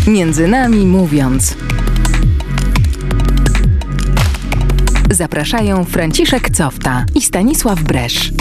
Między nami mówiąc. Zapraszają Franciszek Cofta i Stanisław Bresz.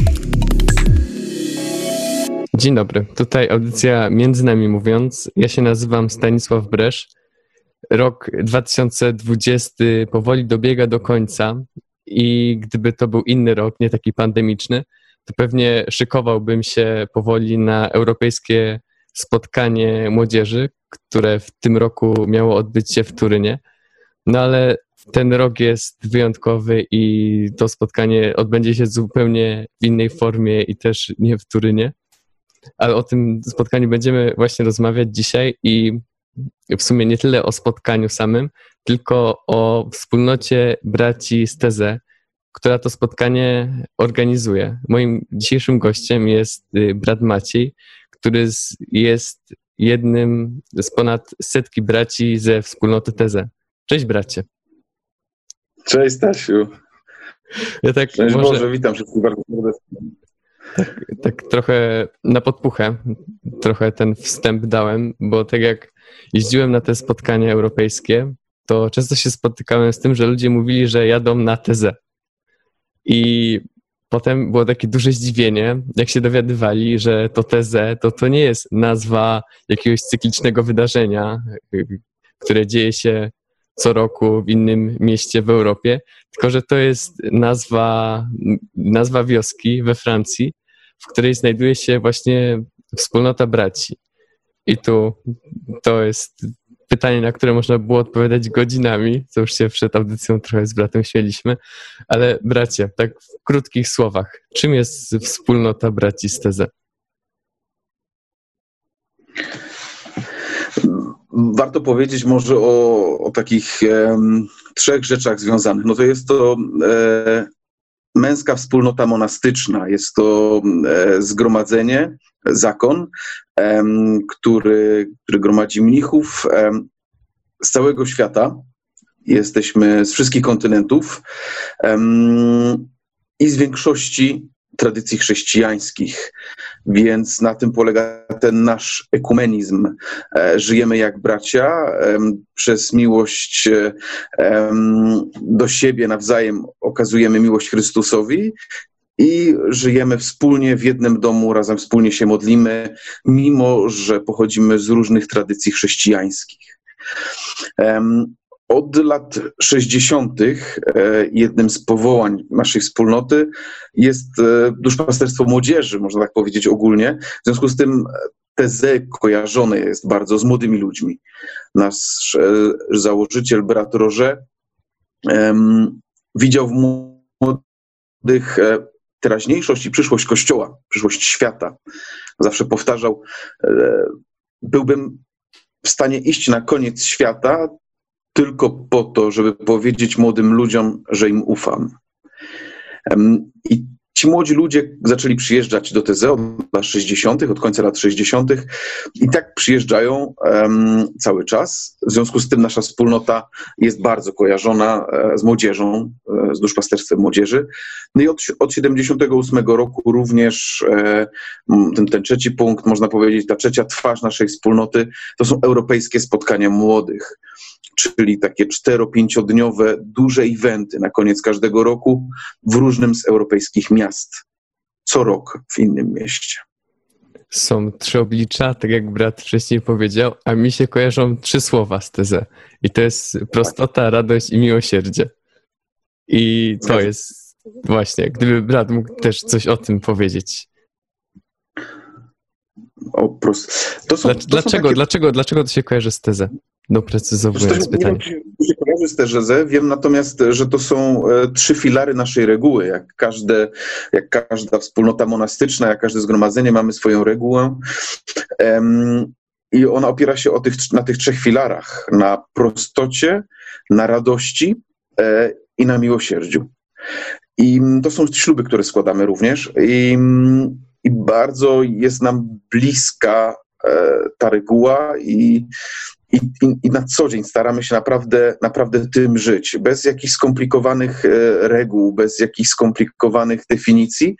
Dzień dobry, tutaj audycja Między nami mówiąc. Ja się nazywam Stanisław Bresz. Rok 2020 powoli dobiega do końca i gdyby to był inny rok, nie taki pandemiczny, to pewnie szykowałbym się powoli na europejskie spotkanie młodzieży, które w tym roku miało odbyć się w Turynie. No ale ten rok jest wyjątkowy i to spotkanie odbędzie się zupełnie w innej formie i też nie w Turynie. Ale o tym spotkaniu będziemy właśnie rozmawiać dzisiaj i w sumie nie tyle o spotkaniu samym, tylko o wspólnocie braci z Teze, która to spotkanie organizuje. Moim dzisiejszym gościem jest brat Maciej, który jest jednym z ponad 100 braci ze wspólnoty Teze. Cześć bracie. Cześć Stasiu. Ja tak Cześć może... Boże, witam wszystkich bardzo serdecznie. Tak trochę na podpuchę, trochę ten wstęp dałem, bo tak jak jeździłem na te spotkania europejskie, to często się spotykałem z tym, że ludzie mówili, że jadą na Tezę. I potem było takie duże zdziwienie, jak się dowiadywali, że to Tezę to nie jest nazwa jakiegoś cyklicznego wydarzenia, które dzieje się co roku w innym mieście w Europie, tylko że to jest nazwa wioski we Francji, w której znajduje się właśnie wspólnota braci. I tu to jest pytanie, na które można było odpowiadać godzinami, co już się przed audycją trochę z bratem śmieliśmy, ale bracie, tak w krótkich słowach, czym jest wspólnota braci z Teze? Warto powiedzieć może o takich trzech rzeczach związanych. No to jest to męska wspólnota monastyczna, jest to zgromadzenie, zakon, który gromadzi mnichów z całego świata. Jesteśmy z wszystkich kontynentów i z większości tradycji chrześcijańskich, więc na tym polega ten nasz ekumenizm. Żyjemy jak bracia, przez miłość do siebie nawzajem okazujemy miłość Chrystusowi i żyjemy wspólnie w jednym domu, razem wspólnie się modlimy, mimo że pochodzimy z różnych tradycji chrześcijańskich. Od lat 60. jednym z powołań naszej wspólnoty jest duszpasterstwo młodzieży, można tak powiedzieć ogólnie. W związku z tym Teze kojarzone jest bardzo z młodymi ludźmi. Nasz założyciel, brat Roger, widział w młodych teraźniejszość i przyszłość Kościoła, przyszłość świata. Zawsze powtarzał, byłbym w stanie iść na koniec świata tylko po to, żeby powiedzieć młodym ludziom, że im ufam. I ci młodzi ludzie zaczęli przyjeżdżać do Teze od lat 60., od końca lat 60. i tak przyjeżdżają cały czas. W związku z tym nasza wspólnota jest bardzo kojarzona z młodzieżą, z duszpasterstwem młodzieży. No i od 78 roku również ten trzeci punkt, można powiedzieć, ta trzecia twarz naszej wspólnoty, to są europejskie spotkania młodych, czyli takie 4-5-dniowe duże eventy na koniec każdego roku w różnym z europejskich miast. Co rok w innym mieście. Są 3 oblicza, tak jak brat wcześniej powiedział, a mi się kojarzą 3 słowa z Teze. I to jest prostota, radość i miłosierdzie. I to jest właśnie, gdyby brat mógł też coś o tym powiedzieć. Dlaczego to się kojarzy z Teze? Doprecyzowując pytanie. Nie wiem, czy się kojarzy z Tezę, wiem natomiast, że to są 3 filary naszej reguły. Jak każda wspólnota monastyczna, jak każde zgromadzenie mamy swoją regułę i ona opiera się na tych 3 filarach. Na prostocie, na radości i na miłosierdziu. I to są śluby, które składamy również i bardzo jest nam bliska ta reguła i na co dzień staramy się naprawdę tym żyć, bez jakichś skomplikowanych reguł, bez jakichś skomplikowanych definicji,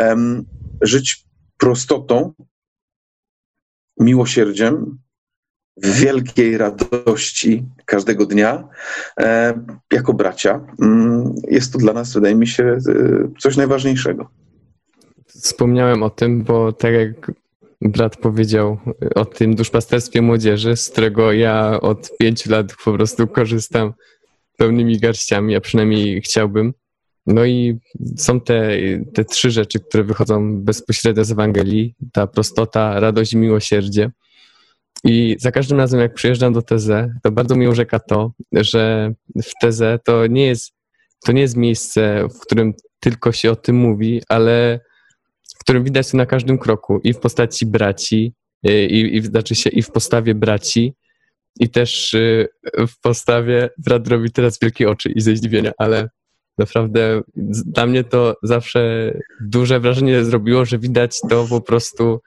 żyć prostotą, miłosierdziem w wielkiej radości każdego dnia jako bracia. Jest to dla nas, wydaje mi się, coś najważniejszego. Wspomniałem o tym, bo tak jak brat powiedział o tym duszpasterstwie młodzieży, z którego ja od 5 lat po prostu korzystam pełnymi garściami, a przynajmniej chciałbym. No i są te 3 rzeczy, które wychodzą bezpośrednio z Ewangelii. Ta prostota, radość i miłosierdzie. I za każdym razem, jak przyjeżdżam do TZ, to bardzo mi urzeka to, że w TZ to nie jest miejsce, w którym tylko się o tym mówi, ale w którym widać to na każdym kroku i w postaci braci, znaczy się i w postawie braci, i też w postawie, brat robi teraz wielkie oczy i ze zdziwienia, ale naprawdę dla mnie to zawsze duże wrażenie zrobiło, że widać to po prostu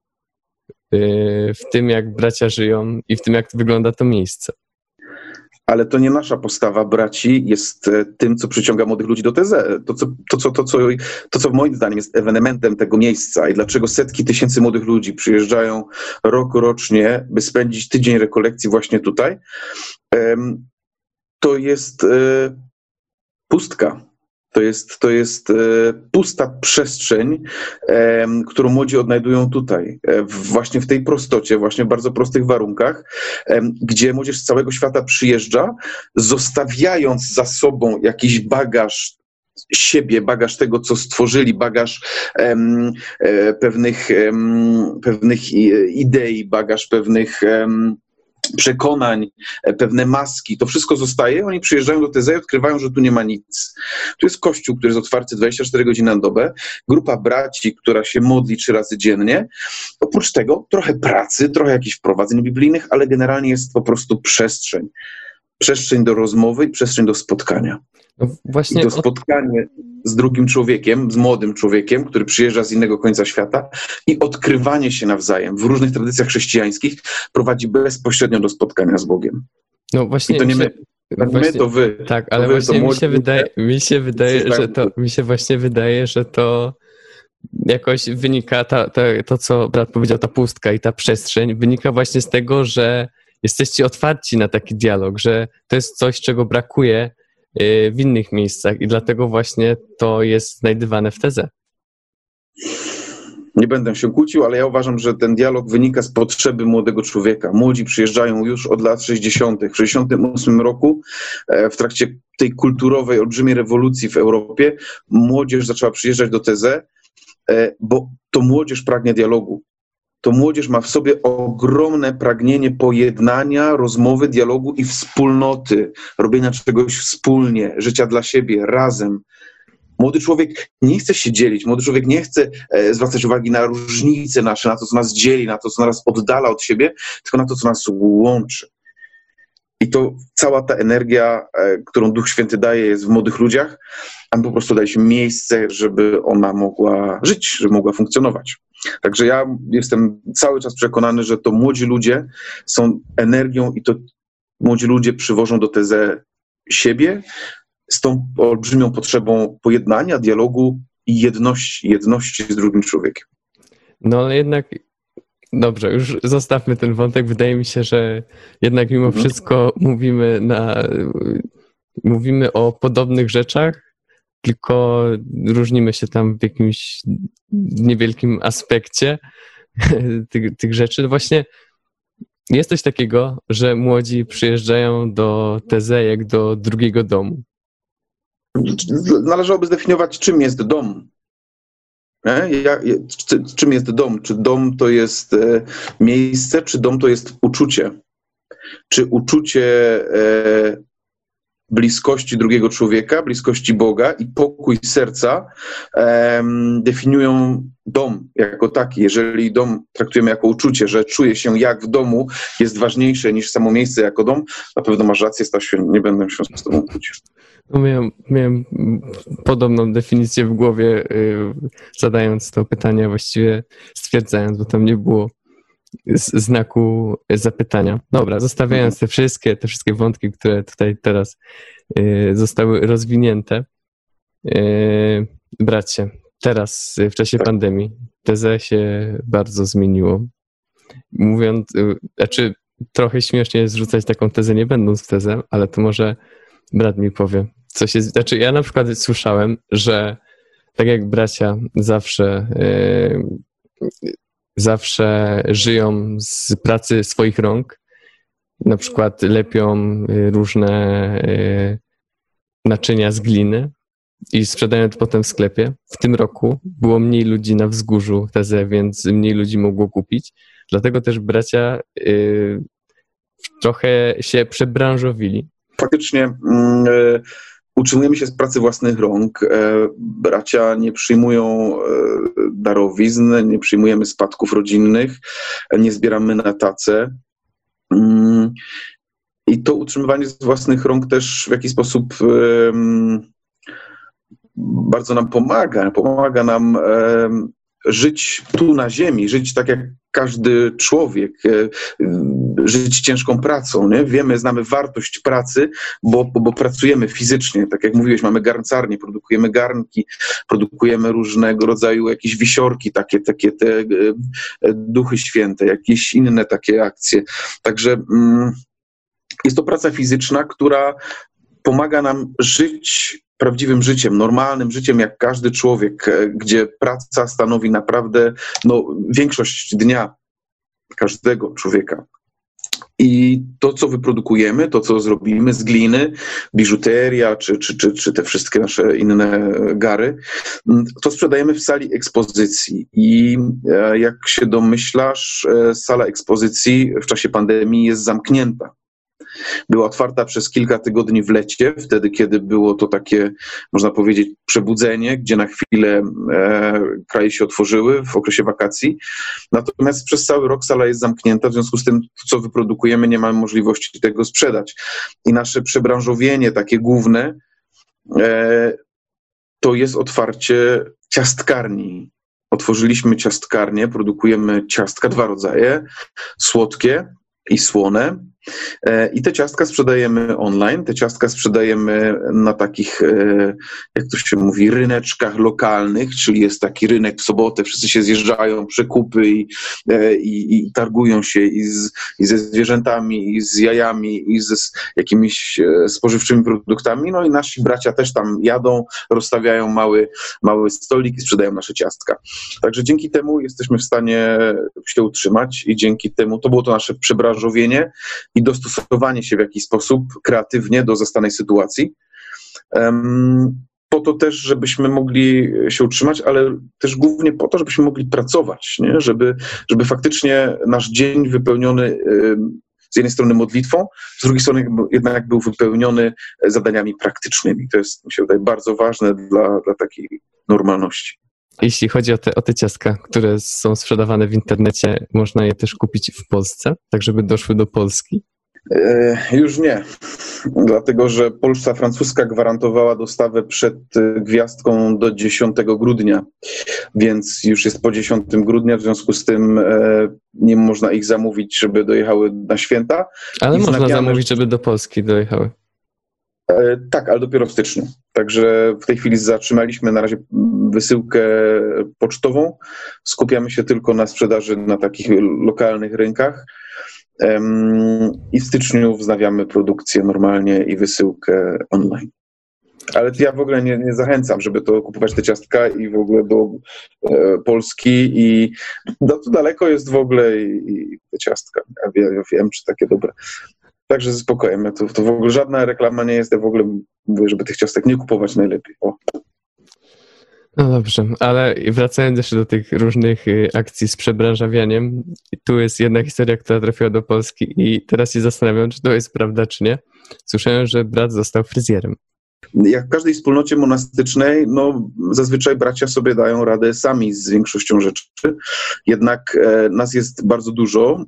w tym, jak bracia żyją i w tym, jak wygląda to miejsce. Ale to nie nasza postawa braci jest tym, co przyciąga młodych ludzi do TZ. To, co moim zdaniem jest ewenementem tego miejsca i dlaczego setki tysięcy młodych ludzi przyjeżdżają rocznie, by spędzić tydzień rekolekcji właśnie tutaj, to jest pustka. To jest pusta przestrzeń, którą młodzi odnajdują tutaj, właśnie w tej prostocie, właśnie w bardzo prostych warunkach, gdzie młodzież z całego świata przyjeżdża, zostawiając za sobą jakiś bagaż siebie, bagaż tego, co stworzyli, bagaż pewnych idei, bagaż pewnych przekonań, pewne maski, to wszystko zostaje, oni przyjeżdżają do TZ i odkrywają, że tu nie ma nic. Tu jest kościół, który jest otwarty 24 godziny na dobę, grupa braci, która się modli 3 razy dziennie. Oprócz tego trochę pracy, trochę jakichś wprowadzeń biblijnych, ale generalnie jest po prostu przestrzeń. Przestrzeń do rozmowy i przestrzeń do spotkania. No właśnie I to spotkanie z drugim człowiekiem, z młodym człowiekiem, który przyjeżdża z innego końca świata i odkrywanie się nawzajem w różnych tradycjach chrześcijańskich prowadzi bezpośrednio do spotkania z Bogiem. No właśnie. I to nie my. To wy. Tak, ale właśnie mi się właśnie wydaje, że to jakoś wynika, to co brat powiedział, ta pustka i ta przestrzeń, wynika właśnie z tego, że jesteście otwarci na taki dialog, że to jest coś, czego brakuje w innych miejscach i dlatego właśnie to jest znajdywane w TZ. Nie będę się kłócił, ale ja uważam, że ten dialog wynika z potrzeby młodego człowieka. Młodzi przyjeżdżają już od lat 60. W 68 roku, w trakcie tej kulturowej, olbrzymiej rewolucji w Europie, młodzież zaczęła przyjeżdżać do TZ, bo to młodzież pragnie dialogu. To młodzież ma w sobie ogromne pragnienie pojednania, rozmowy, dialogu i wspólnoty, robienia czegoś wspólnie, życia dla siebie, razem. Młody człowiek nie chce się dzielić, młody człowiek nie chce zwracać uwagi na różnice nasze, na to, co nas dzieli, na to, co nas oddala od siebie, tylko na to, co nas łączy. I to cała ta energia, którą Duch Święty daje, jest w młodych ludziach, a po prostu daje się miejsce, żeby ona mogła żyć, żeby mogła funkcjonować. Także ja jestem cały czas przekonany, że to młodzi ludzie są energią i to młodzi ludzie przywożą do TZ siebie z tą olbrzymią potrzebą pojednania, dialogu i jedności z drugim człowiekiem. No ale jednak, dobrze, już zostawmy ten wątek. Wydaje mi się, że jednak mimo wszystko mówimy o podobnych rzeczach, tylko różnimy się tam w jakimś niewielkim aspekcie tych rzeczy. Właśnie jest coś takiego, że młodzi przyjeżdżają do TZ jak do drugiego domu. Należałoby zdefiniować, czym jest dom. Czym jest dom? Czy dom to jest miejsce, czy dom to jest uczucie? Czy uczucie bliskości drugiego człowieka, bliskości Boga i pokój serca definiują dom jako taki. Jeżeli dom traktujemy jako uczucie, że czuję się jak w domu, jest ważniejsze niż samo miejsce jako dom, na pewno masz rację, Stasiu, nie będę się z tobą kłócić. No miałem podobną definicję w głowie, zadając to pytanie, właściwie stwierdzając, bo tam nie było znaku zapytania. Dobra, zostawiając te wszystkie wątki, które tutaj teraz zostały rozwinięte. Bracie, teraz w czasie pandemii TZ się bardzo zmieniło. trochę śmiesznie jest rzucać taką tezę, nie będąc w tezę, ale to może brat mi powie. Znaczy ja na przykład słyszałem, że tak jak bracia zawsze żyją z pracy swoich rąk, na przykład lepią różne naczynia z gliny i sprzedają to potem w sklepie. W tym roku było mniej ludzi na wzgórzu tezę, więc mniej ludzi mogło kupić. Dlatego też bracia trochę się przebranżowili. Faktycznie utrzymujemy się z pracy własnych rąk. Bracia nie przyjmują darowizn, nie przyjmujemy spadków rodzinnych, nie zbieramy na tacę. I to utrzymywanie z własnych rąk też w jakiś sposób bardzo nam pomaga. Pomaga nam żyć tu na ziemi, żyć tak jak każdy człowiek, żyć ciężką pracą. Nie? Znamy wartość pracy, bo pracujemy fizycznie. Tak jak mówiłeś, mamy garncarnię, produkujemy garnki, produkujemy różnego rodzaju jakieś wisiorki, takie te duchy święte, jakieś inne takie akcje. Także jest to praca fizyczna, która pomaga nam żyć prawdziwym życiem, normalnym życiem jak każdy człowiek, gdzie praca stanowi naprawdę większość dnia każdego człowieka. I to, co wyprodukujemy, to, co zrobimy z gliny, biżuteria czy te wszystkie nasze inne gary, to sprzedajemy w sali ekspozycji. I jak się domyślasz, sala ekspozycji w czasie pandemii jest zamknięta. Była otwarta przez kilka tygodni w lecie, wtedy, kiedy było to takie, można powiedzieć, przebudzenie, gdzie na chwilę kraje się otworzyły w okresie wakacji. Natomiast przez cały rok sala jest zamknięta, w związku z tym, co wyprodukujemy, nie mamy możliwości tego sprzedać. I nasze przebranżowienie takie główne to jest otwarcie ciastkarni. Otworzyliśmy ciastkarnię, produkujemy ciastka, 2 rodzaje, słodkie i słone. I te ciastka sprzedajemy online, te ciastka sprzedajemy na takich, jak to się mówi, ryneczkach lokalnych, czyli jest taki rynek w sobotę, wszyscy się zjeżdżają, przekupy i targują się i ze zwierzętami, i z jajami, i z jakimiś spożywczymi produktami. No i nasi bracia też tam jadą, rozstawiają mały stolik i sprzedają nasze ciastka. Także dzięki temu jesteśmy w stanie się utrzymać i dzięki temu to było to nasze przebranżowienie i dostosowanie się w jakiś sposób kreatywnie do zastanej sytuacji. Po to też, żebyśmy mogli się utrzymać, ale też głównie po to, żebyśmy mogli pracować, nie? Żeby faktycznie nasz dzień wypełniony z jednej strony modlitwą, z drugiej strony jednak był wypełniony zadaniami praktycznymi. To jest, mi się wydaje, bardzo ważne dla takiej normalności. Jeśli chodzi o te ciastka, które są sprzedawane w internecie, można je też kupić w Polsce, tak żeby doszły do Polski? Już nie, dlatego że Poczta Francuska gwarantowała dostawę przed gwiazdką do 10 grudnia, więc już jest po 10 grudnia, w związku z tym nie można ich zamówić, żeby dojechały na święta. Ale można zamówić, żeby do Polski dojechały. Tak, ale dopiero w styczniu. Także w tej chwili zatrzymaliśmy na razie wysyłkę pocztową. Skupiamy się tylko na sprzedaży na takich lokalnych rynkach. I w styczniu wznawiamy produkcję normalnie i wysyłkę online. Ale ja w ogóle nie zachęcam, żeby to kupować te ciastka i w ogóle do Polski i to daleko jest w ogóle i te ciastka. Ja wiem, czy takie dobre. Także ze spokojem. To w ogóle żadna reklama nie jest. Ja w ogóle mówię, żeby tych ciastek nie kupować najlepiej. No dobrze, ale wracając jeszcze do tych różnych akcji z przebranżawianiem, tu jest jedna historia, która trafiła do Polski i teraz się zastanawiam, czy to jest prawda, czy nie. Słyszałem, że brat został fryzjerem. Jak w każdej wspólnocie monastycznej, zazwyczaj bracia sobie dają radę sami z większością rzeczy. Jednak nas jest bardzo dużo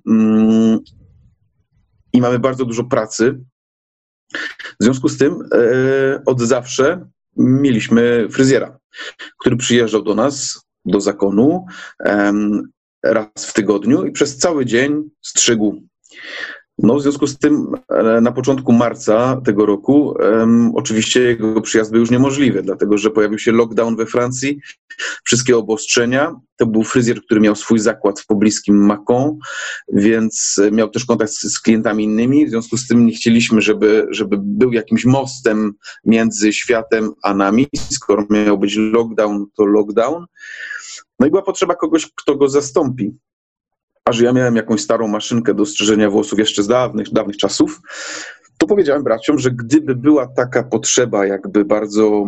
i mamy bardzo dużo pracy. W związku z tym od zawsze mieliśmy fryzjera, który przyjeżdżał do nas, do zakonu raz w tygodniu i przez cały dzień strzygł. No, w związku z tym na początku marca tego roku oczywiście jego przyjazd był już niemożliwy, dlatego że pojawił się lockdown we Francji, wszystkie obostrzenia. To był fryzjer, który miał swój zakład w pobliskim Mâcon, więc miał też kontakt z klientami innymi. W związku z tym nie chcieliśmy, żeby był jakimś mostem między światem a nami. Skoro miał być lockdown, to lockdown. No i była potrzeba kogoś, kto go zastąpi. A że ja miałem jakąś starą maszynkę do strzyżenia włosów jeszcze z dawnych czasów, to powiedziałem braciom, że gdyby była taka potrzeba jakby bardzo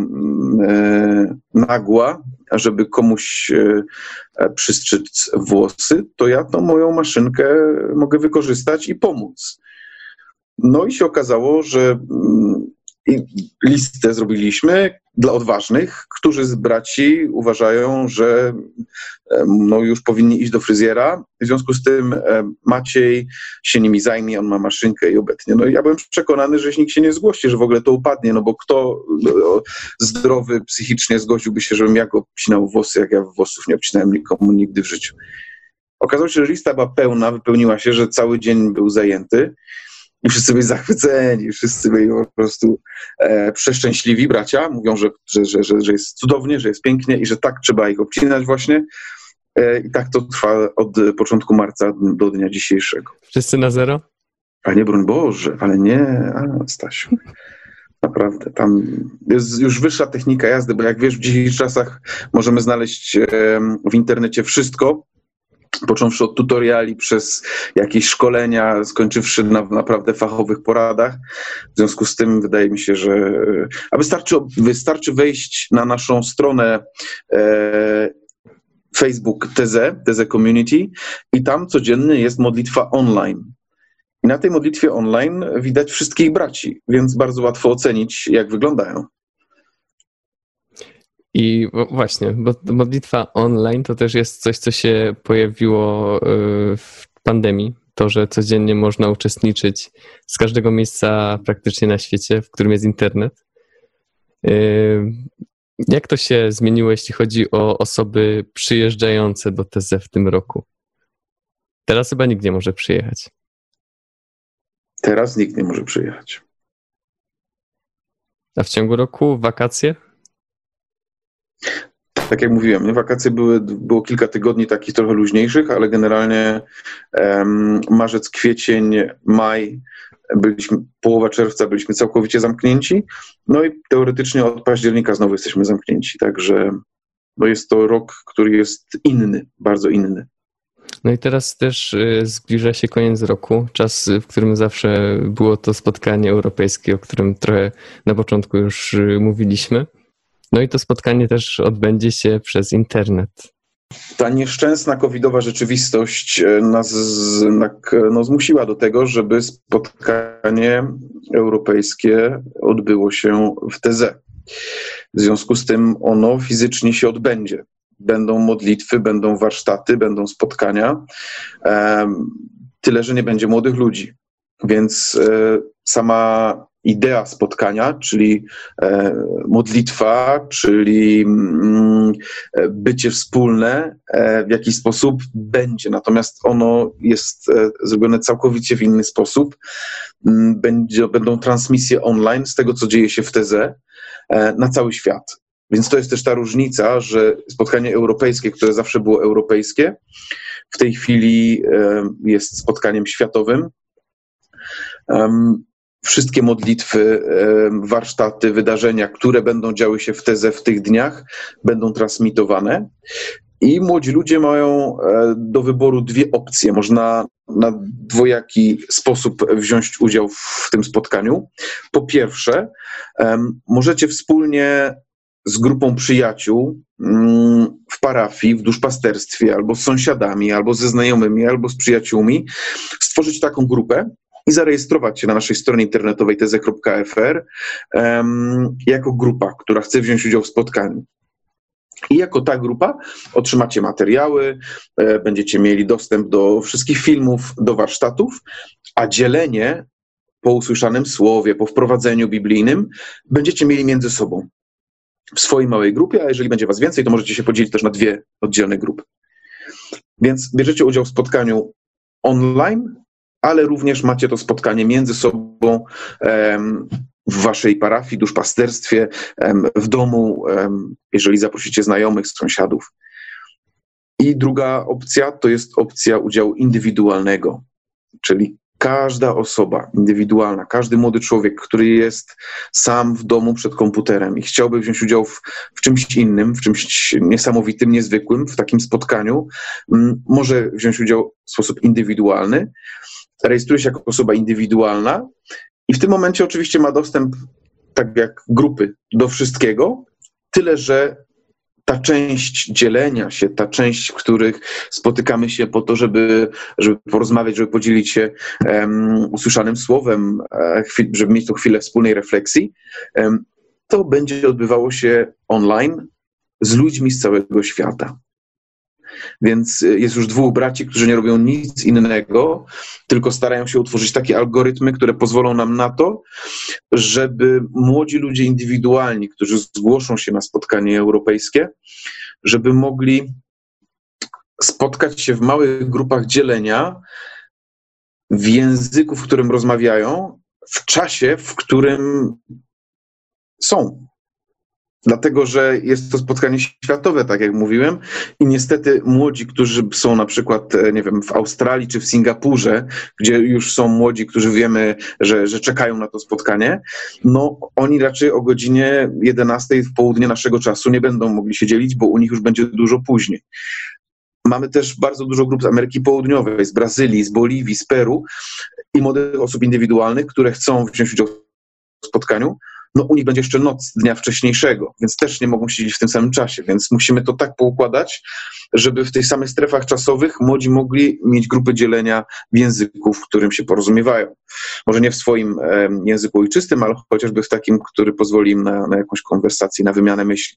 nagła, żeby komuś przystrzec włosy, to ja tą moją maszynkę mogę wykorzystać i pomóc. No i się okazało, że listę zrobiliśmy dla odważnych, którzy z braci uważają, że no już powinni iść do fryzjera. W związku z tym Maciej się nimi zajmie, on ma maszynkę i obetnie. No i ja byłem przekonany, że nikt się nie zgłosi, że w ogóle to upadnie, no bo kto zdrowy psychicznie zgodziłby się, żebym ja go obcinał włosy, jak ja włosów nie obcinałem nikomu nigdy w życiu. Okazało się, że lista była pełna, wypełniła się, że cały dzień był zajęty. I wszyscy byli zachwyceni, wszyscy byli po prostu przeszczęśliwi, bracia. Mówią, że jest cudownie, że jest pięknie i że tak trzeba ich obcinać właśnie. I tak to trwa od początku marca do dnia dzisiejszego. Wszyscy na zero? A nie, broń Boże, ale nie, Stasiu. Naprawdę, tam jest już wyższa technika jazdy, bo jak wiesz, w dzisiejszych czasach możemy znaleźć w internecie wszystko, począwszy od tutoriali, przez jakieś szkolenia, skończywszy na naprawdę fachowych poradach. W związku z tym wydaje mi się, że wystarczy wejść na naszą stronę Facebook TZ Community i tam codziennie jest modlitwa online. I na tej modlitwie online widać wszystkich braci, więc bardzo łatwo ocenić, jak wyglądają. I właśnie, bo modlitwa online to też jest coś, co się pojawiło w pandemii. To, że codziennie można uczestniczyć z każdego miejsca praktycznie na świecie, w którym jest internet. Jak to się zmieniło, jeśli chodzi o osoby przyjeżdżające do TZ w tym roku? Teraz chyba nikt nie może przyjechać. Teraz nikt nie może przyjechać. A w ciągu roku wakacje? Tak jak mówiłem, wakacje było kilka tygodni takich trochę luźniejszych, ale generalnie marzec, kwiecień, maj, połowa czerwca byliśmy całkowicie zamknięci, no i teoretycznie od października znowu jesteśmy zamknięci, także no jest to rok, który jest inny, bardzo inny. No i teraz też zbliża się koniec roku, czas, w którym zawsze było to spotkanie europejskie, o którym trochę na początku już mówiliśmy. No i to spotkanie też odbędzie się przez internet. Ta nieszczęsna covidowa rzeczywistość nas zmusiła do tego, żeby spotkanie europejskie odbyło się w TZ. W związku z tym ono fizycznie się odbędzie. Będą modlitwy, będą warsztaty, będą spotkania. Tyle, że nie będzie młodych ludzi. Więc sama idea spotkania, czyli modlitwa, czyli bycie wspólne w jakiś sposób będzie. Natomiast ono jest zrobione całkowicie w inny sposób. Będą transmisje online z tego, co dzieje się w TZ na cały świat. Więc to jest też ta różnica, że spotkanie europejskie, które zawsze było europejskie, w tej chwili jest spotkaniem światowym. Wszystkie modlitwy, warsztaty, wydarzenia, które będą działy się w TZ w tych dniach, będą transmitowane. I młodzi ludzie mają do wyboru dwie opcje. Można na dwojaki sposób wziąć udział w tym spotkaniu. Po pierwsze, możecie wspólnie z grupą przyjaciół w parafii, w duszpasterstwie, albo z sąsiadami, albo ze znajomymi, albo z przyjaciółmi stworzyć taką grupę i zarejestrować się na naszej stronie internetowej tz.fr jako grupa, która chce wziąć udział w spotkaniu. I jako ta grupa otrzymacie materiały, będziecie mieli dostęp do wszystkich filmów, do warsztatów, a dzielenie po usłyszanym słowie, po wprowadzeniu biblijnym będziecie mieli między sobą w swojej małej grupie, a jeżeli będzie was więcej, to możecie się podzielić też na dwie oddzielne grupy. Więc bierzecie udział w spotkaniu online ale również macie to spotkanie między sobą w waszej parafii, duszpasterstwie, w domu, jeżeli zaprosicie znajomych, sąsiadów. I druga opcja to jest opcja udziału indywidualnego, czyli każda osoba indywidualna, każdy młody człowiek, który jest sam w domu przed komputerem i chciałby wziąć udział w czymś innym, w czymś niesamowitym, niezwykłym, w takim spotkaniu, może wziąć udział w sposób indywidualny, rejestruje się jako osoba indywidualna i w tym momencie oczywiście ma dostęp, tak jak grupy, do wszystkiego, tyle że ta część dzielenia się, ta część, w których spotykamy się po to, żeby porozmawiać, żeby podzielić się usłyszanym słowem, żeby mieć tą chwilę wspólnej refleksji, to będzie odbywało się online z ludźmi z całego świata. Więc jest już 2 braci, którzy nie robią nic innego, tylko starają się utworzyć takie algorytmy, które pozwolą nam na to, żeby młodzi ludzie indywidualni, którzy zgłoszą się na spotkanie europejskie, żeby mogli spotkać się w małych grupach dzielenia w języku, w którym rozmawiają, w czasie, w którym są. Dlatego, że jest to spotkanie światowe, tak jak mówiłem, i niestety młodzi, którzy są na przykład, nie wiem, w Australii czy w Singapurze, gdzie już są młodzi, którzy wiemy, że czekają na to spotkanie, no oni raczej o godzinie 11 w południe naszego czasu nie będą mogli się dzielić, bo u nich już będzie dużo później. Mamy też bardzo dużo grup z Ameryki Południowej, z Brazylii, z Boliwii, z Peru i młodych osób indywidualnych, które chcą wziąć udział w spotkaniu. No u nich będzie jeszcze noc dnia wcześniejszego, więc też nie mogą siedzieć w tym samym czasie, więc musimy to tak poukładać, żeby w tych samych strefach czasowych młodzi mogli mieć grupy dzielenia w języku, w którym się porozumiewają. Może nie w swoim języku ojczystym, ale chociażby w takim, który pozwoli im na jakąś konwersację, na wymianę myśli.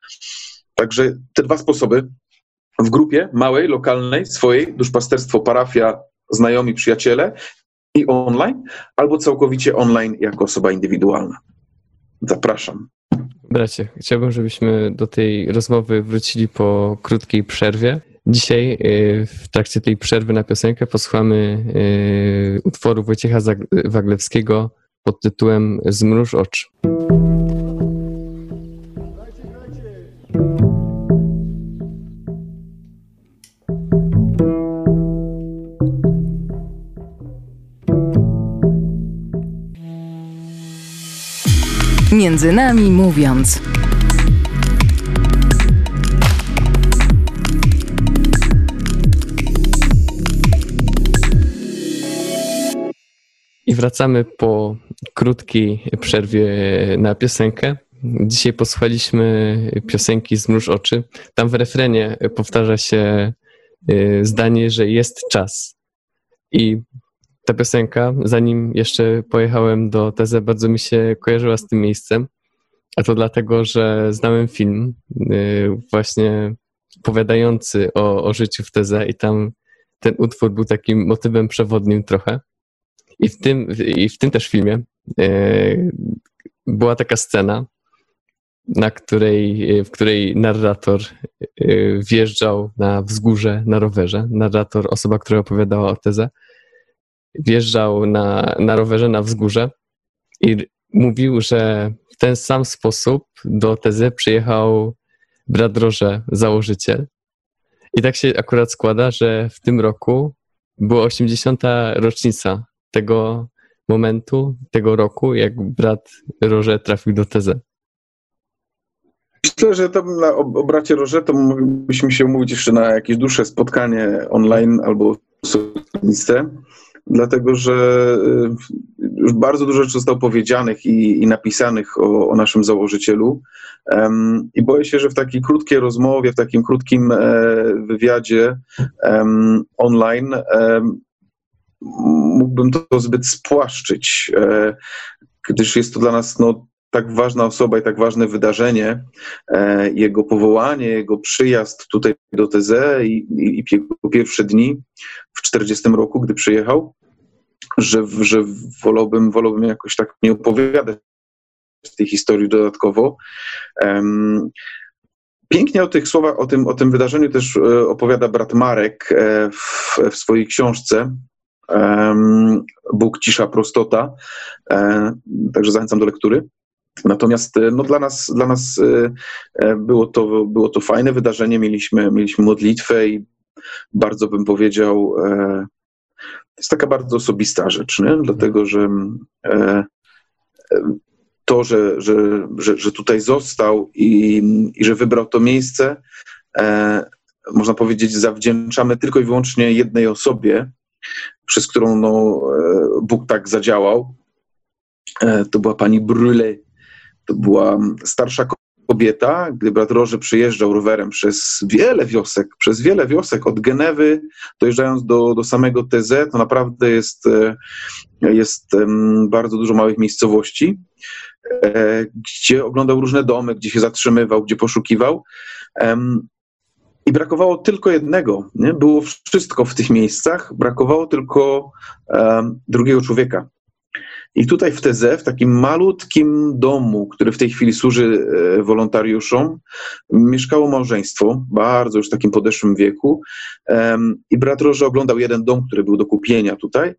Także te 2 sposoby w grupie małej, lokalnej, swojej, duszpasterstwo, parafia, znajomi, przyjaciele i online, albo całkowicie online jako osoba indywidualna. Zapraszam. Bracie, chciałbym, żebyśmy do tej rozmowy wrócili po krótkiej przerwie. Dzisiaj w trakcie tej przerwy na piosenkę posłuchamy utworu Wojciecha Waglewskiego pod tytułem Zmruż oczy. Między nami mówiąc. I wracamy po krótkiej przerwie na piosenkę. Dzisiaj posłuchaliśmy piosenki Zmruż oczy. Tam w refrenie powtarza się zdanie, że jest czas. I ta piosenka, zanim jeszcze pojechałem do Teze, bardzo mi się kojarzyła z tym miejscem. A to dlatego, że znałem film właśnie opowiadający o życiu w Teze i tam ten utwór był takim motywem przewodnim trochę. I w tym też filmie była taka scena, w której narrator wjeżdżał na wzgórze na rowerze. Narrator, osoba, która opowiadała o Teze, wjeżdżał na rowerze na wzgórze i mówił, że w ten sam sposób do Tezy przyjechał brat Roger, założyciel. I tak się akurat składa, że w tym roku była 80. rocznica tego momentu, tego roku, jak brat Roger trafił do Tezy. Myślę, że tam o bracie Roger to moglibyśmy się umówić jeszcze na jakieś dłuższe spotkanie online albo osobiste, dlatego że już bardzo dużo rzeczy zostało powiedzianych i napisanych o naszym założycielu i boję się, że w takiej krótkiej rozmowie, w takim krótkim wywiadzie online mógłbym to zbyt spłaszczyć, gdyż jest to dla nas tak ważna osoba i tak ważne wydarzenie, jego powołanie, jego przyjazd tutaj do TZ i jego pierwsze dni w 40 roku, gdy przyjechał, że wolałbym jakoś tak nie opowiadać tej historii dodatkowo. Pięknie o tych słowach, o tym wydarzeniu też opowiada brat Marek w swojej książce Bóg, cisza, prostota. Także zachęcam do lektury. Natomiast no, dla nas było to fajne wydarzenie. Mieliśmy modlitwę i bardzo bym powiedział, to jest taka bardzo osobista rzecz, nie? Dlatego że to, że tutaj został i że wybrał to miejsce, można powiedzieć, zawdzięczamy tylko i wyłącznie jednej osobie, przez którą no, Bóg tak zadziałał. To była pani Brûlé. To była starsza kobieta, gdy brat Roger przyjeżdżał rowerem przez wiele wiosek, od Genewy dojeżdżając do samego TZ, to naprawdę jest bardzo dużo małych miejscowości, gdzie oglądał różne domy, gdzie się zatrzymywał, gdzie poszukiwał. I brakowało tylko jednego. Nie? Było wszystko w tych miejscach, brakowało tylko drugiego człowieka. I tutaj w TZ, w takim malutkim domu, który w tej chwili służy wolontariuszom, mieszkało małżeństwo, bardzo już w takim podeszłym wieku. I brat Roger oglądał jeden dom, który był do kupienia tutaj.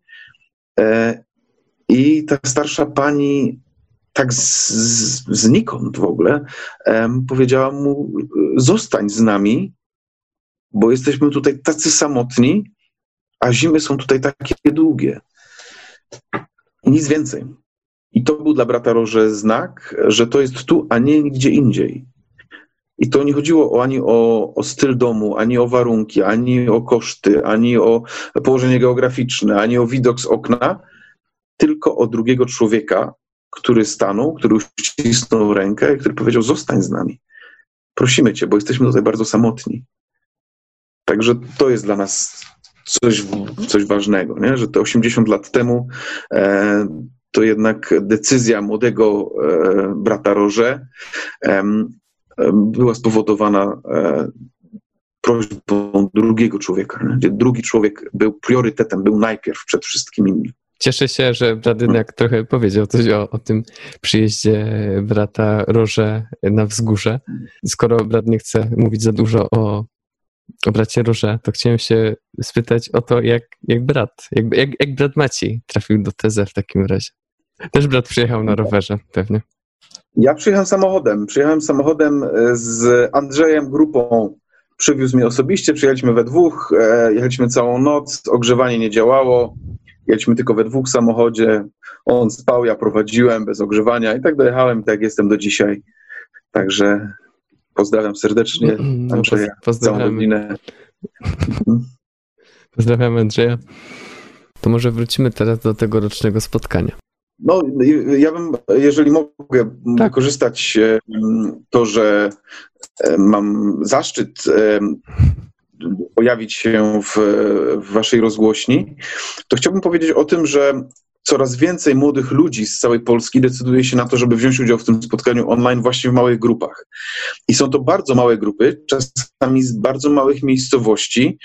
I ta starsza pani tak znikąd w ogóle powiedziała mu: zostań z nami, bo jesteśmy tutaj tacy samotni, a zimy są tutaj takie długie. I nic więcej. I to był dla brata Roger znak, że to jest tu, a nie nigdzie indziej. I to nie chodziło ani o styl domu, ani o warunki, ani o koszty, ani o położenie geograficzne, ani o widok z okna, tylko o drugiego człowieka, który stanął, który uścisnął rękę i który powiedział: zostań z nami. Prosimy cię, bo jesteśmy tutaj bardzo samotni. Także to jest dla nas coś ważnego, nie? Że te 80 lat temu to jednak decyzja młodego brata Roger była spowodowana prośbą drugiego człowieka, nie? Gdzie drugi człowiek był priorytetem, był najpierw przed wszystkim innym. Cieszę się, że brat jednak trochę powiedział coś o tym przyjeździe brata Roger na wzgórze. Skoro brat nie chce mówić za dużo o bracie Roger, to chciałem się spytać o to, jak brat Maciej trafił do TZ w takim razie. Też brat przyjechał na rowerze, pewnie. Ja przyjechałem samochodem. Przyjechałem samochodem z Andrzejem, grupą. Przywiózł mnie osobiście, przyjechaliśmy we dwóch, jechaliśmy całą noc, ogrzewanie nie działało, jechaliśmy tylko we dwóch w samochodzie. On spał, ja prowadziłem bez ogrzewania i tak dojechałem, tak jestem do dzisiaj. Także pozdrawiam serdecznie Andrzeja, całą rodzinę. Pozdrawiam Andrzeja. To może wrócimy teraz do tegorocznego spotkania. No, ja bym, jeżeli mogę wykorzystać to, że mam zaszczyt pojawić się w waszej rozgłośni, to chciałbym powiedzieć o tym, że coraz więcej młodych ludzi z całej Polski decyduje się na to, żeby wziąć udział w tym spotkaniu online właśnie w małych grupach. I są to bardzo małe grupy, czasami z bardzo małych miejscowości,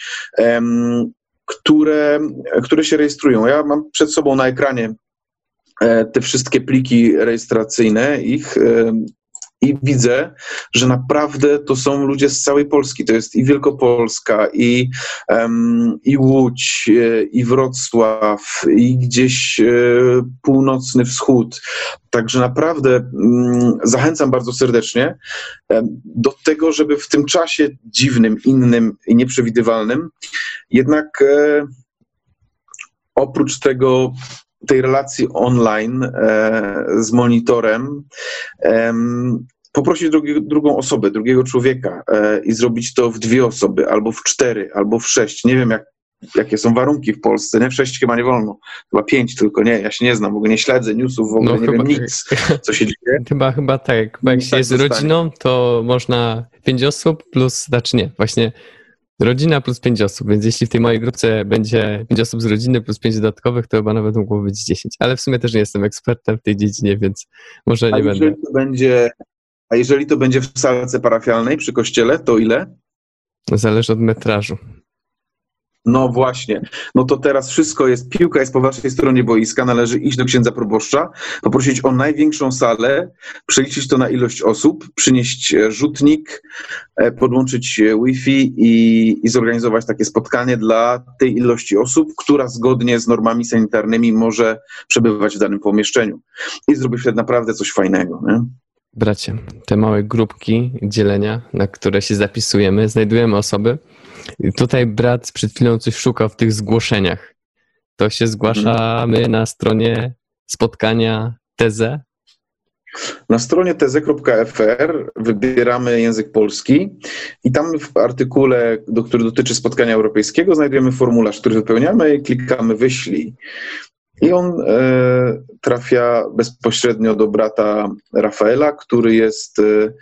które się rejestrują. Ja mam przed sobą na ekranie te wszystkie pliki rejestracyjne i widzę, że naprawdę to są ludzie z całej Polski. To jest i Wielkopolska, i Łódź, i Wrocław, i gdzieś północny wschód. Także naprawdę zachęcam bardzo serdecznie do tego, żeby w tym czasie dziwnym, innym i nieprzewidywalnym jednak oprócz tej relacji online z monitorem, poprosić drugą osobę, drugiego człowieka i zrobić to w 2 osoby, albo w 4, albo w 6. Nie wiem, jakie są warunki w Polsce. Nie, w 6 chyba nie wolno. Chyba 5 tylko, nie. Ja się nie znam, w ogóle nie śledzę newsów, w ogóle nie wiem nic, co się dzieje. Chyba tak. Bo jak się jest rodziną, to można 5 osób plus, znaczy nie, właśnie rodzina plus 5 osób, więc jeśli w tej mojej grupce będzie 5 osób z rodziny plus 5 dodatkowych, to chyba nawet mogło być 10. Ale w sumie też nie jestem ekspertem w tej dziedzinie, więc może nie będę. A jeżeli to będzie w salce parafialnej przy kościele, to ile? Zależy od metrażu. No właśnie, no to teraz wszystko jest, piłka jest po waszej stronie boiska, należy iść do księdza proboszcza, poprosić o największą salę, przeliczyć to na ilość osób, przynieść rzutnik, podłączyć Wi-Fi i zorganizować takie spotkanie dla tej ilości osób, która zgodnie z normami sanitarnymi może przebywać w danym pomieszczeniu. I zrobić wtedy naprawdę coś fajnego, nie? Bracie, te małe grupki dzielenia, na które się zapisujemy, znajdujemy osoby. Tutaj brat przed chwilą coś szukał w tych zgłoszeniach. To się zgłaszamy na stronie spotkania Teze. Na stronie teze.fr wybieramy język polski i tam w artykule, który dotyczy spotkania europejskiego, znajdujemy formularz, który wypełniamy i klikamy wyślij. I on trafia bezpośrednio do brata Rafaela, który jest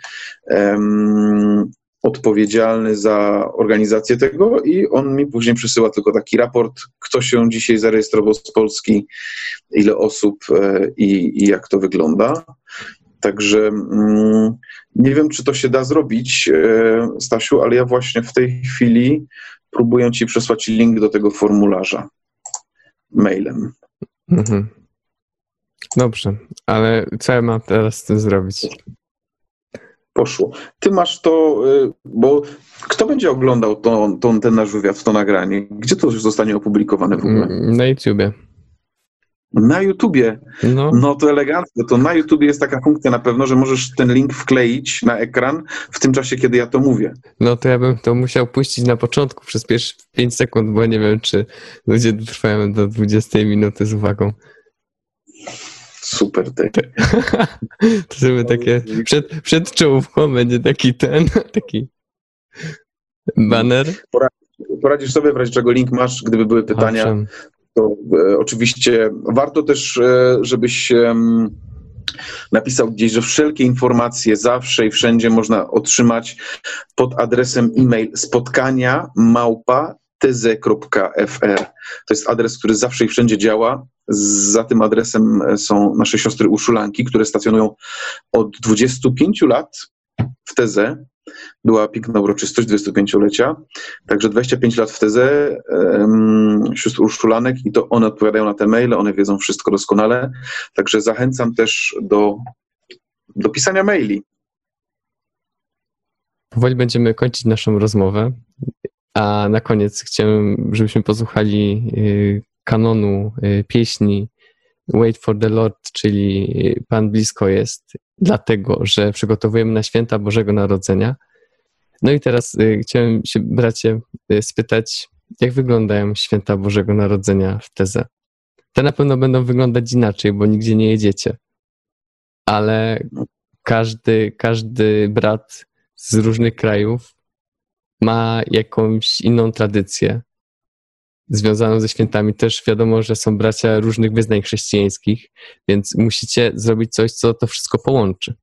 odpowiedzialny za organizację tego i on mi później przysyła tylko taki raport, kto się dzisiaj zarejestrował z Polski, ile osób i jak to wygląda. Także nie wiem, czy to się da zrobić, Stasiu, ale ja właśnie w tej chwili próbuję ci przesłać link do tego formularza mailem. Mhm. Dobrze, ale co ja mam teraz z tym zrobić? Poszło. Ty masz to, bo kto będzie oglądał ten nasz wywiad, to nagranie? Gdzie to już zostanie opublikowane w ogóle? Na YouTubie. Na YouTubie. No. No to elegancko. To na YouTubie jest taka funkcja na pewno, że możesz ten link wkleić na ekran w tym czasie, kiedy ja to mówię. No to ja bym to musiał puścić na początku przez pierwsze 5 sekund, bo nie wiem, czy ludzie trwają do 20 minuty z uwagą. Super. To żeby takie przed czołówką będzie taki baner. Poradzisz sobie, w razie czego link masz, gdyby były pytania. Owszem. To oczywiście warto też, żebyś napisał gdzieś, że wszelkie informacje zawsze i wszędzie można otrzymać pod adresem e-mail spotkania@teze.fr. To jest adres, który zawsze i wszędzie działa. Za tym adresem są nasze siostry Urszulanki, które stacjonują od 25 lat w Teze. Była piękna uroczystość 25-lecia, także 25 lat w Teze sióstr Urszulanek i to one odpowiadają na te maile, one wiedzą wszystko doskonale, także zachęcam też do pisania maili. Powoli będziemy kończyć naszą rozmowę, a na koniec chciałem, żebyśmy posłuchali kanonu pieśni Wait for the Lord, czyli Pan blisko jest, dlatego, że przygotowujemy na święta Bożego Narodzenia. No i teraz chciałem się, bracie, spytać, jak wyglądają święta Bożego Narodzenia w Teze? Te na pewno będą wyglądać inaczej, bo nigdzie nie jedziecie. Ale każdy brat z różnych krajów ma jakąś inną tradycję związaną ze świętami. Też wiadomo, że są bracia różnych wyznań chrześcijańskich, więc musicie zrobić coś, co to wszystko połączy.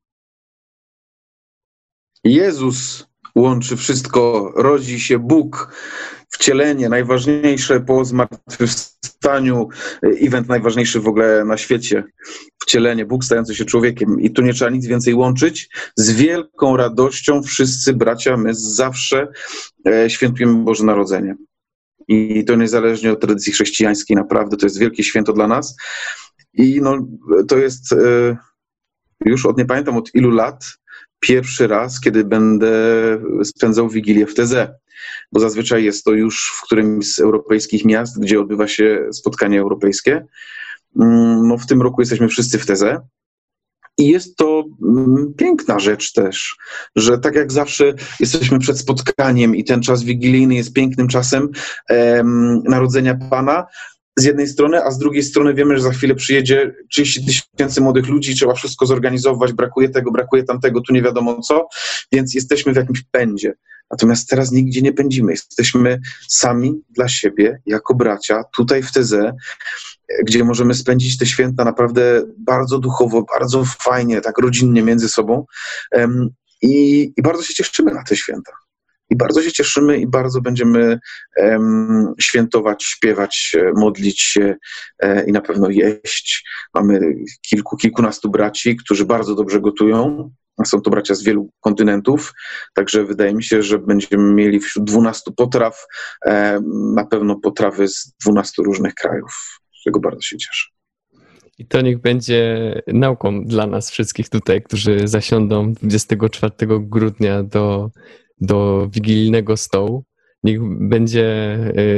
Jezus łączy wszystko, rodzi się Bóg, wcielenie, najważniejsze po zmartwychwstaniu, event najważniejszy w ogóle na świecie, wcielenie, Bóg stający się człowiekiem i tu nie trzeba nic więcej łączyć. Z wielką radością wszyscy bracia, my zawsze świętujemy Boże Narodzenie. I to niezależnie od tradycji chrześcijańskiej, naprawdę to jest wielkie święto dla nas. I no, to jest już nie pamiętam od ilu lat, pierwszy raz, kiedy będę spędzał Wigilię w Teze, bo zazwyczaj jest to już w którymś z europejskich miast, gdzie odbywa się spotkanie europejskie. No, w tym roku jesteśmy wszyscy w Teze. I jest to piękna rzecz też, że tak jak zawsze jesteśmy przed spotkaniem i ten czas wigilijny jest pięknym czasem Narodzenia Pana z jednej strony, a z drugiej strony wiemy, że za chwilę przyjedzie 30 000 młodych ludzi, trzeba wszystko zorganizować, brakuje tego, brakuje tamtego, tu nie wiadomo co, więc jesteśmy w jakimś pędzie. Natomiast teraz nigdzie nie pędzimy, jesteśmy sami dla siebie, jako bracia, tutaj w Teze, gdzie możemy spędzić te święta naprawdę bardzo duchowo, bardzo fajnie, tak rodzinnie między sobą i bardzo się cieszymy na te święta. I bardzo się cieszymy i bardzo będziemy świętować, śpiewać, modlić się i na pewno jeść. Mamy kilkunastu braci, którzy bardzo dobrze gotują. Są to bracia z wielu kontynentów, także wydaje mi się, że będziemy mieli wśród 12 potraw na pewno potrawy z 12 różnych krajów, z czego bardzo się cieszę. I to niech będzie nauką dla nas wszystkich tutaj, którzy zasiądą 24 grudnia do wigilijnego stołu. Niech będzie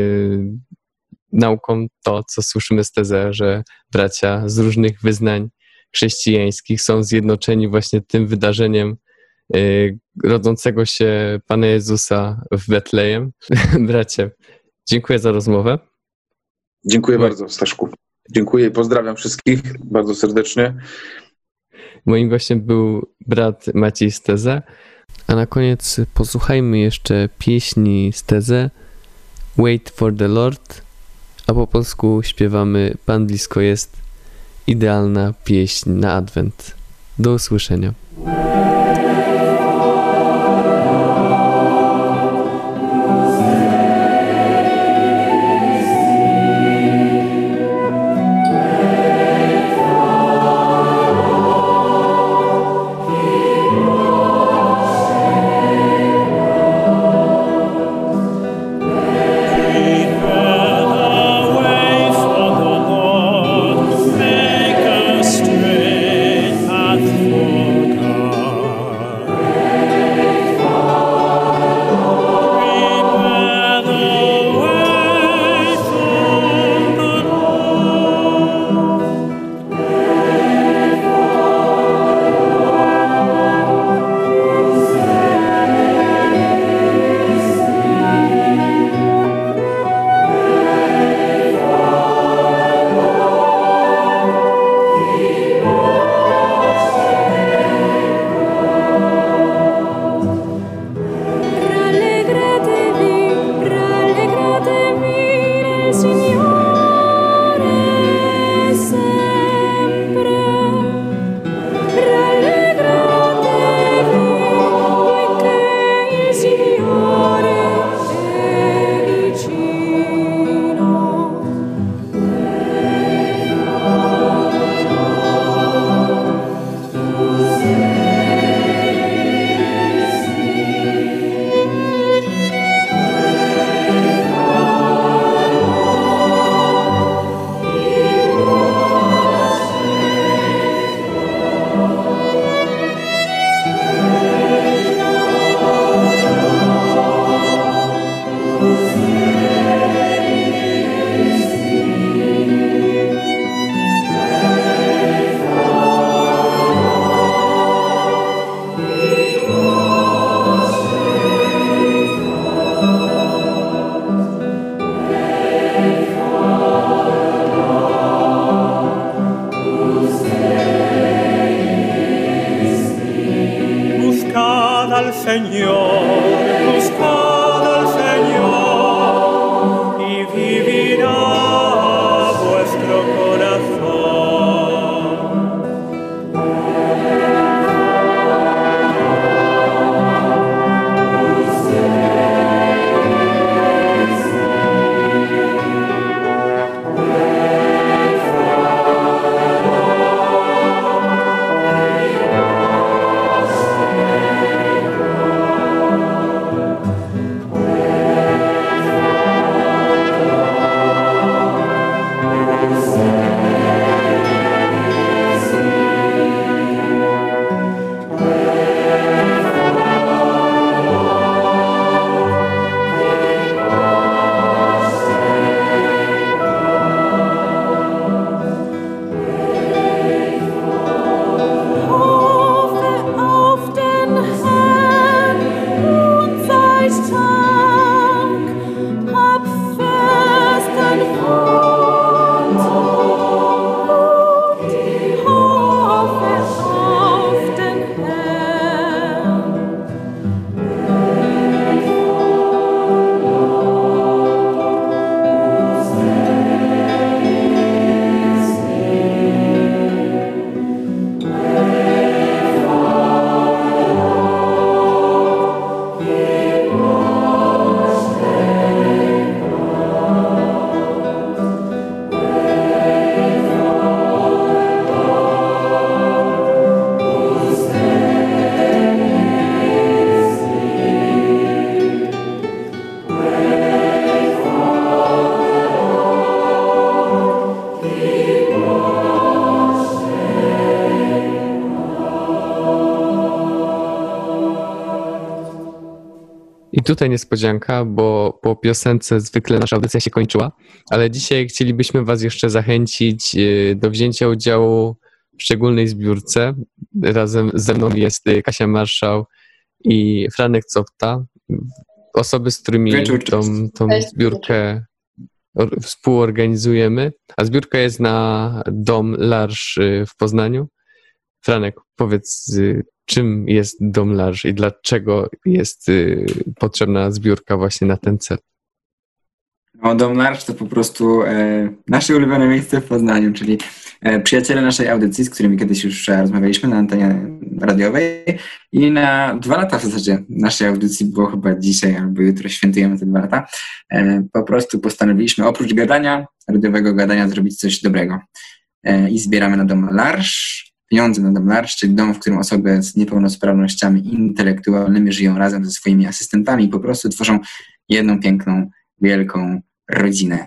nauką to, co słyszymy z TZ, że bracia z różnych wyznań chrześcijańskich są zjednoczeni właśnie tym wydarzeniem rodzącego się Pana Jezusa w Betlejem. Bracie, dziękuję za rozmowę. Dziękuję bardzo, Staszku. Dziękuję i pozdrawiam wszystkich bardzo serdecznie. Moim gościem był brat Maciej z TZ. A na koniec posłuchajmy jeszcze pieśni z TZ Wait for the Lord, a po polsku śpiewamy Pan blisko jest, idealna pieśń na Adwent. Do usłyszenia. I tutaj niespodzianka, bo po piosence zwykle nasza audycja się kończyła, ale dzisiaj chcielibyśmy Was jeszcze zachęcić do wzięcia udziału w szczególnej zbiórce. Razem ze mną jest Kasia Marszał i Franek Copta. Osoby, z którymi tą zbiórkę współorganizujemy, a zbiórka jest na Dom L'Arche w Poznaniu. Franek, powiedz, czym jest Dom L'Arche i dlaczego jest potrzebna zbiórka właśnie na ten cel? No, Dom L'Arche to po prostu nasze ulubione miejsce w Poznaniu, czyli przyjaciele naszej audycji, z którymi kiedyś już rozmawialiśmy na antenie radiowej i na 2 lata w zasadzie naszej audycji, bo chyba dzisiaj albo jutro świętujemy te 2 lata, po prostu postanowiliśmy oprócz gadania, radiowego gadania, zrobić coś dobrego. I zbieramy na Dom L'Arche pieniądze na Dom L'Arche, czyli dom, w którym osoby z niepełnosprawnościami intelektualnymi żyją razem ze swoimi asystentami i po prostu tworzą jedną piękną, wielką rodzinę.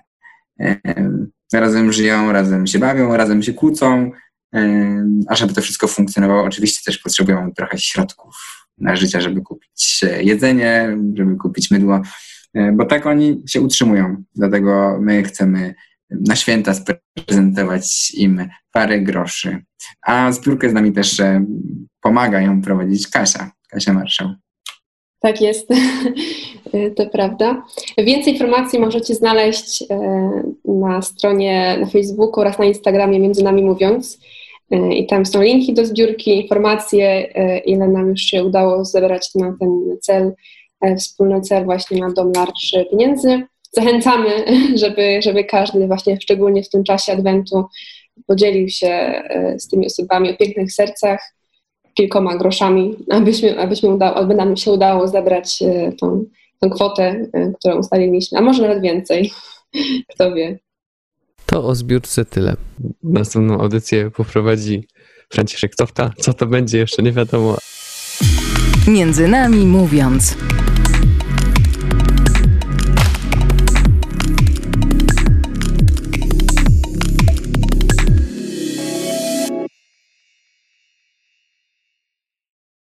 Razem żyją, razem się bawią, razem się kłócą, a żeby to wszystko funkcjonowało, oczywiście też potrzebują trochę środków na życie, żeby kupić jedzenie, żeby kupić mydło, bo tak oni się utrzymują. Dlatego my chcemy na święta sprezentować im parę groszy. A zbiórkę z nami też pomaga ją prowadzić Kasia Marszał. Tak jest, to prawda. Więcej informacji możecie znaleźć na stronie na Facebooku oraz na Instagramie Między Nami Mówiąc. I tam są linki do zbiórki, informacje, ile nam już się udało zebrać na ten cel, wspólny cel właśnie na Dom L'Arche pieniędzy. Zachęcamy, żeby każdy właśnie szczególnie w tym czasie Adwentu podzielił się z tymi osobami o pięknych sercach kilkoma groszami, aby nam się udało zebrać tą kwotę, którą ustaliliśmy, a może nawet więcej, kto wie. To o zbiórce tyle. Następną audycję poprowadzi Franciszek Copta. Co to będzie, jeszcze nie wiadomo. Między Nami Mówiąc.